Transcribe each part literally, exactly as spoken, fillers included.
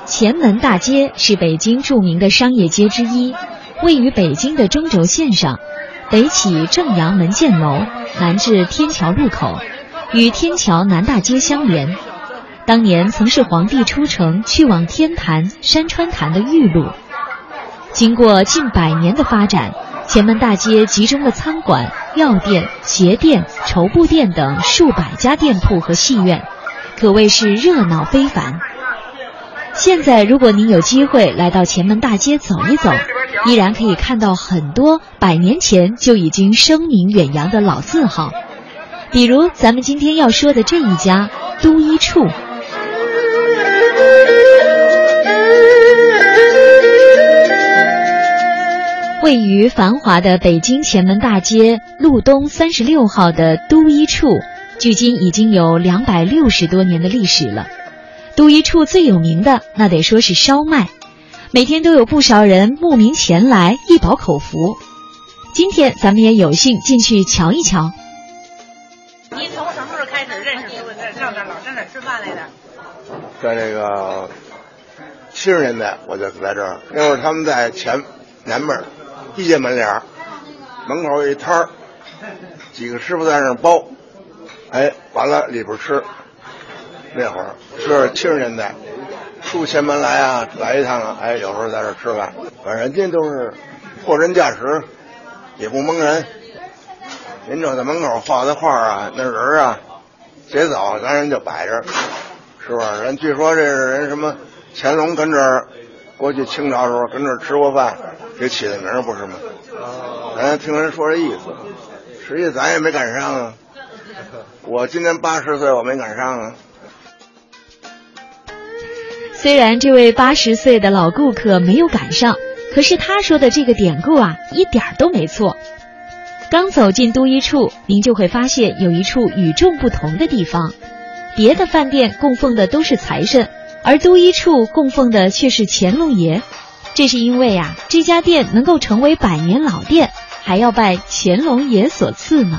前门大街是北京著名的商业街之一，位于北京的中轴线上，北起正阳门建楼，南至天桥路口，与天桥南大街相连。当年曾是皇帝出城去往天坛、山川坛的御路。经过近百年的发展，前门大街集中了餐馆、药店、鞋店、绸布店等数百家店铺和戏院，可谓是热闹非凡。现在如果您有机会来到前门大街走一走，依然可以看到很多百年前就已经声名远扬的老字号，比如咱们今天要说的这一家都一处。位于繁华的北京前门大街路东三十六号的都一处，距今已经有两百六十多年的历史了。都一处最有名的那得说是烧麦，每天都有不少人慕名前来，一饱口福。今天咱们也有幸进去瞧一瞧。 您从什么时候开始认识这这老在哪吃饭来的？ 在这个七十年代我就在这儿，那会儿他们在前南门一街门脸门口有一摊儿，几个师傅在那儿包，哎，完了里边吃。那会儿是七十年代，出前门来啊，来一趟啊，哎，有时候在这吃饭，反正人家都是货真价实，也不蒙人。您瞅在门口画的画啊，那人啊，谁走咱人就摆着，是吧？人据说这是人什么乾隆跟这儿，过去清朝时候跟这儿吃过饭，给起的名儿不是吗？咱听人说这意思，实际咱也没赶上啊。我今年八十岁，我没赶上啊。 虽然这位八十岁的老顾客没有赶上，可是他说的这个典故啊，一点都没错。刚走进都一处，您就会发现有一处与众不同的地方。别的饭店供奉的都是财神，而都一处供奉的却是乾隆爷。这是因为啊，这家店能够成为百年老店，还要拜乾隆爷所赐呢。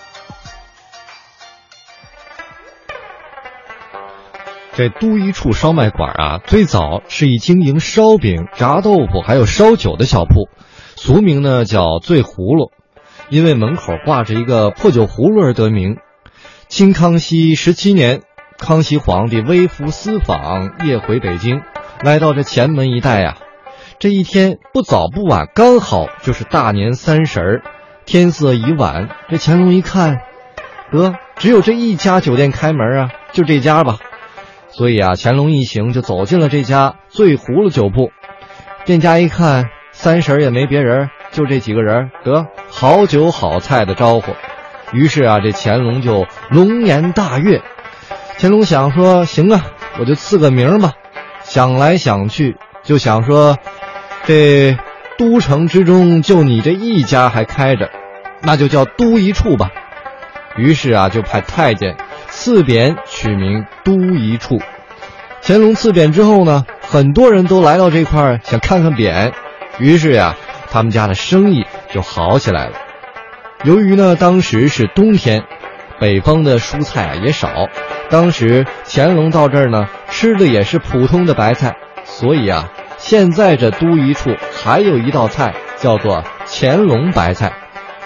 这都一处烧麦馆啊，最早是以经营烧饼、炸豆腐还有烧酒的小铺，俗名呢叫醉葫芦，因为门口挂着一个破酒葫芦而得名。清康熙十七年，康熙皇帝微服私访，夜回北京，来到这前门一带啊。这一天不早不晚，刚好就是大年三十儿，天色已晚。这乾隆一看，得只有这一家酒店开门啊，就这家吧。所以啊，乾隆一行就走进了这家醉葫芦酒铺。店家一看，三十也没别人，就这几个人，得好酒好菜的招呼。于是啊，这乾隆就龙颜大悦。乾隆想说，行啊，我就赐个名吧。想来想去，就想说，这都城之中就你这一家还开着，那就叫都一处吧。于是啊，就派太监赐匾取名都一处。乾隆赐匾之后呢，很多人都来到这块想看看匾，于是呀，他们家的生意就好起来了。由于呢当时是冬天，北方的蔬菜啊也少，当时乾隆到这儿呢吃的也是普通的白菜，所以啊，现在这都一处还有一道菜叫做乾隆白菜。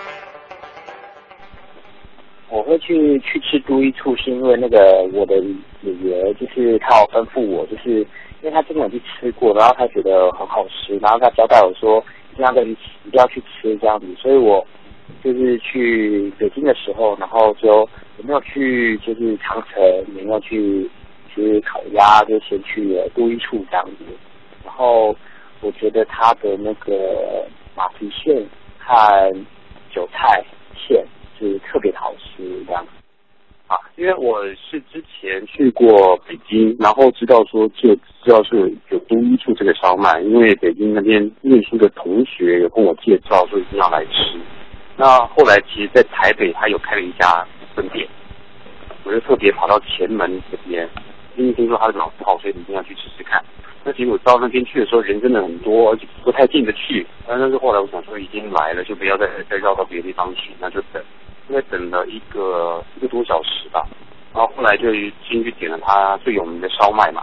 我会去去吃都一处，是因为那个我的爷爷就是他有吩咐我，就是因为他之前有去吃过，然后他觉得很好吃，然后他交代我说一定要跟一定要去吃这样子，所以我就是去北京的时候，然后就有没有去就是长城，有没有去吃烤鸭，就先去了都一处这样子。然后我觉得他的那个马蹄线和韭菜馅是特别好吃这样啊，因为我是之前去过北京，然后知道说就知道是有都一处这个烧麦，因为北京那边念书的同学有跟我介绍说一定要来吃。那后来其实在台北他有开了一家分店，我就特别跑到前门这边，因为听说他是老炮，所以一定要去吃吃看。那结果到那边去的时候人真的很多，而且不太进得去。但是后来我想说已经来了，就不要再再绕到别的地方去，那就等。因为等了一个一个多小时吧，然后后来就进去点了他最有名的烧麦嘛，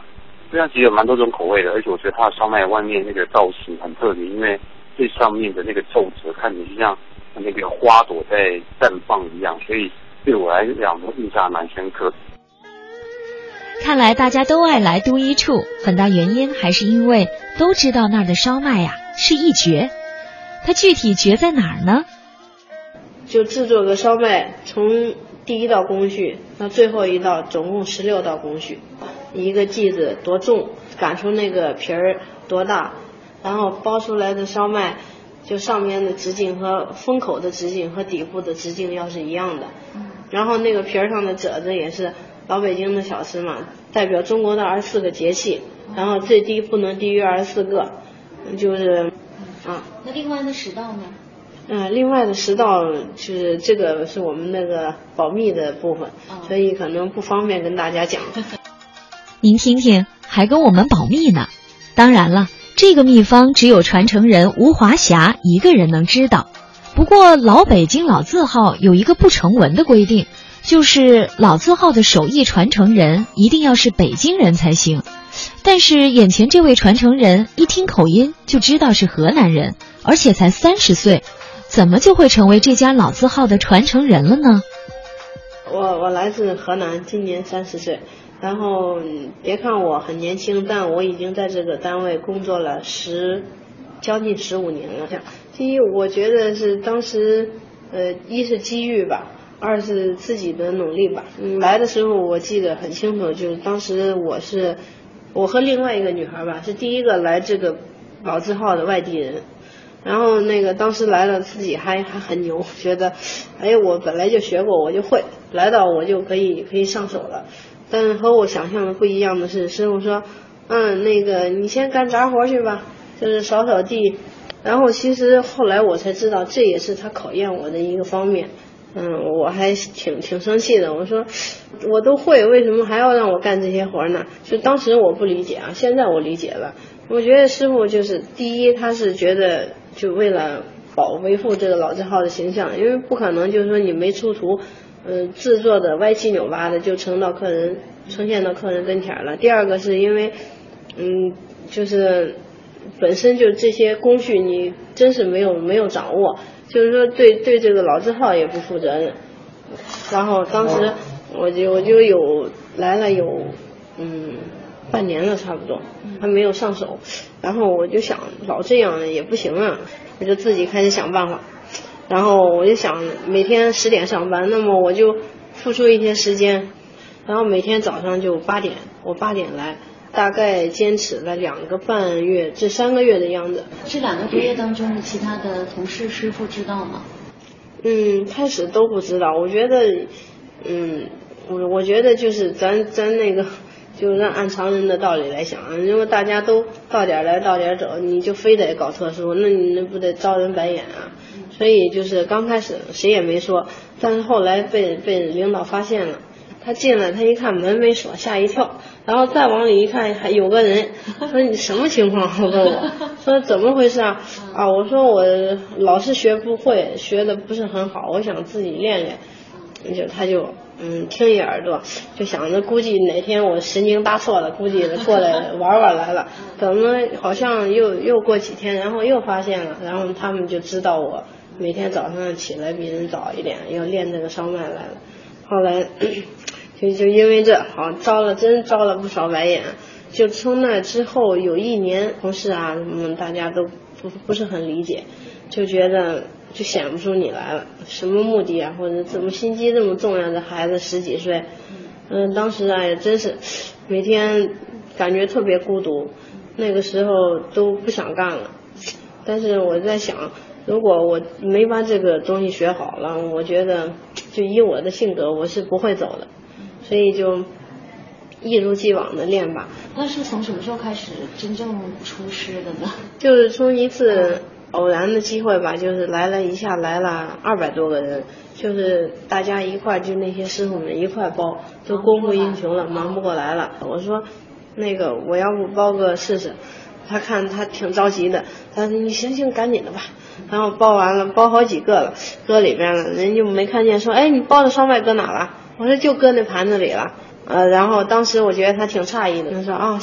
这样其实有蛮多种口味的，而且我觉得它的烧麦外面那个造型很特别，因为最上面的那个皱褶看起来就像那个花朵在绽放一样，所以对我来讲我印象还蛮深刻的。 看来大家都爱来都一处，很大原因还是因为都知道那儿的烧麦呀、啊、是一绝。它具体绝在哪儿呢？ 就制作个烧麦，从第一道工序到最后一道，总共十六道工序。一个剂子多重，擀出那个皮儿多大，然后包出来的烧麦，就上面的直径和封口的直径和底部的直径要是一样的。然后那个皮儿上的褶子也是老北京的小吃嘛，代表中国的二十四个节气，然后最低不能低于二十四个，就是啊。 那另外的十道呢？ 嗯、呃，另外的十道就是这个是我们那个保密的部分，哦、所以可能不方便跟大家讲。 您听听，还跟我们保密呢。当然了，这个秘方只有传承人吴华霞一个人能知道。不过老北京老字号有一个不成文的规定，就是老字号的手艺传承人一定要是北京人才行。但是眼前这位传承人一听口音就知道是河南人，而且才三十岁，怎么就会成为这家老字号的传承人了呢？ 我我来自河南，今年三十岁。然后别看我很年轻，但我已经在这个单位工作了十将近十五年了。第一，我觉得是当时呃，一是机遇吧，二是自己的努力吧。嗯，来的时候我记得很清楚，就是当时我是我和另外一个女孩吧，是第一个来这个老字号的外地人。然后那个当时来了，自己还还很牛，觉得哎，我本来就学过，我就会，来到我就可以可以上手了。但是和我想象的不一样的是，师傅说，嗯，那个你先干杂活去吧，就是扫扫地。然后其实后来我才知道，这也是他考验我的一个方面。嗯，我还挺挺生气的。我说，我都会，为什么还要让我干这些活呢？就当时我不理解啊，现在我理解了。我觉得师傅就是第一，他是觉得就为了保维护这个老字号的形象，因为不可能就是说你没出图。呃，制作的歪七扭八的就呈到客人呈现到客人跟前了。第二个是因为，嗯，就是本身就这些工序你真是没有没有掌握，就是说对对这个老字号也不负责任。然后当时我就我就有来了有嗯半年了差不多，还没有上手。然后我就想老这样也不行啊，我就自己开始想办法。然后我就想每天十点上班，那么我就付出一些时间，然后每天早上就八点，我八点来，大概坚持了两个半月至三个月的样子。 这两个多月当中，其他的同事师傅知道吗？ 嗯，开始都不知道。我觉得，嗯，我我觉得就是咱咱那个，就按按常人的道理来想，如果大家都到点来到点走，你就非得搞特殊，那你那不得招人白眼啊？所以就是刚开始谁也没说，但是后来被被领导发现了，他进来他一看门没锁，吓一跳，然后再往里一看还有个人，说你什么情况？问我说怎么回事啊？啊，我说我老是学不会，学的不是很好，我想自己练练。就他就嗯听一耳朵，就想着估计哪天我神经搭错了，估计过来玩玩来了。等了好像又又过几天，然后又发现了，然后他们就知道我每天早上起来比人早一点，要练这个烧麦来了。后来就就因为这好招了真招了不少白眼。就从那之后有一年，同事啊什么大家都不不是很理解，就觉得就显不出你来了，什么目的啊，或者怎么心机这么重呀？这孩子十几岁，嗯，当时啊也真是每天感觉特别孤独，那个时候都不想干了。但是我在想，如果我没把这个东西学好了，我觉得就以我的性格，我是不会走的，所以就一如既往的练吧。 那是从什么时候开始真正出师的呢？ 就是从一次偶然的机会吧，就是来了一下来了二百多个人，就是大家一块就那些师傅们一块包，都供不应求了，忙不过来了。我说那个我要不包个试试，他看他挺着急的，他说你行行赶紧的吧。然后包完了，包好几个了，搁里边了，人就没看见，说哎你包的烧麦搁哪了？我说就搁那盘子里了。呃，然后当时我觉得他挺诧异的，他说啊、哦、行，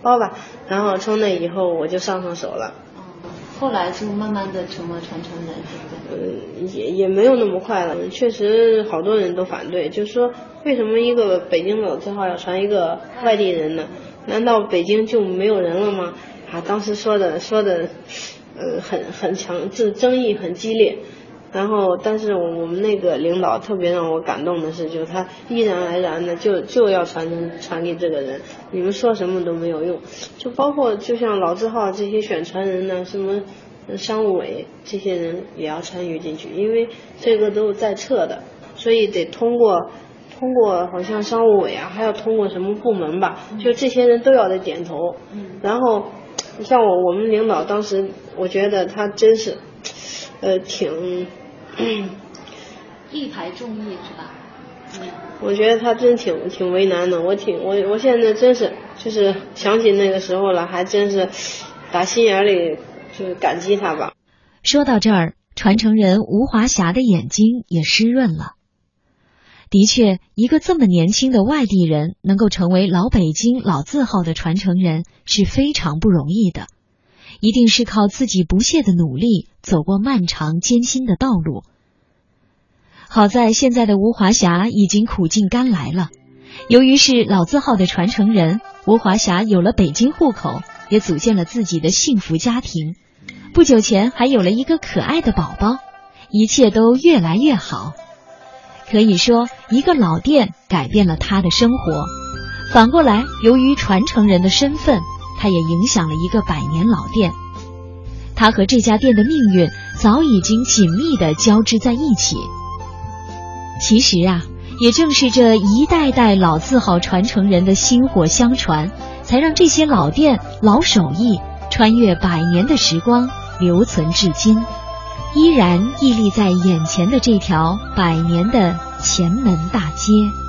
包吧。然后从那以后我就上上手了。 后来就慢慢的成了传承人，对不对？ 嗯，也也没有那么快了。确实好多人都反对，就是说为什么一个北京老字号要传一个外地人呢？难道北京就没有人了吗？啊，当时说的说的，呃，很很强，这争议很激烈。然后，但是我们那个领导特别让我感动的是，就是他毅然而然的就就要传承传给这个人，你们说什么都没有用。就包括就像老字号这些选传人呢，什么商务委这些人也要参与进去，因为这个都在册的，所以得通过通过好像商务委啊，还要通过什么部门吧，就这些人都要得点头。然后像我我们领导当时，我觉得他真是，呃，挺。 力排众议是吧？嗯， 我觉得他真挺挺为难的，我挺我我现在真是就是想起那个时候了，还真是打心眼里就是感激他吧。 说到这儿，传承人吴华霞的眼睛也湿润了。的确，一个这么年轻的外地人能够成为老北京老字号的传承人是非常不容易的，一定是靠自己不懈的努力走过漫长艰辛的道路。好在现在的吴华霞已经苦尽甘来了，由于是老字号的传承人，吴华霞有了北京户口，也组建了自己的幸福家庭，不久前还有了一个可爱的宝宝，一切都越来越好。可以说，一个老店改变了他的生活，反过来，由于传承人的身份，他也影响了一个百年老店。他和这家店的命运早已经紧密地交织在一起。其实啊，也正是这一代代老字号传承人的薪火相传，才让这些老店老手艺穿越百年的时光留存至今，依然屹立在眼前的这条百年的前门大街。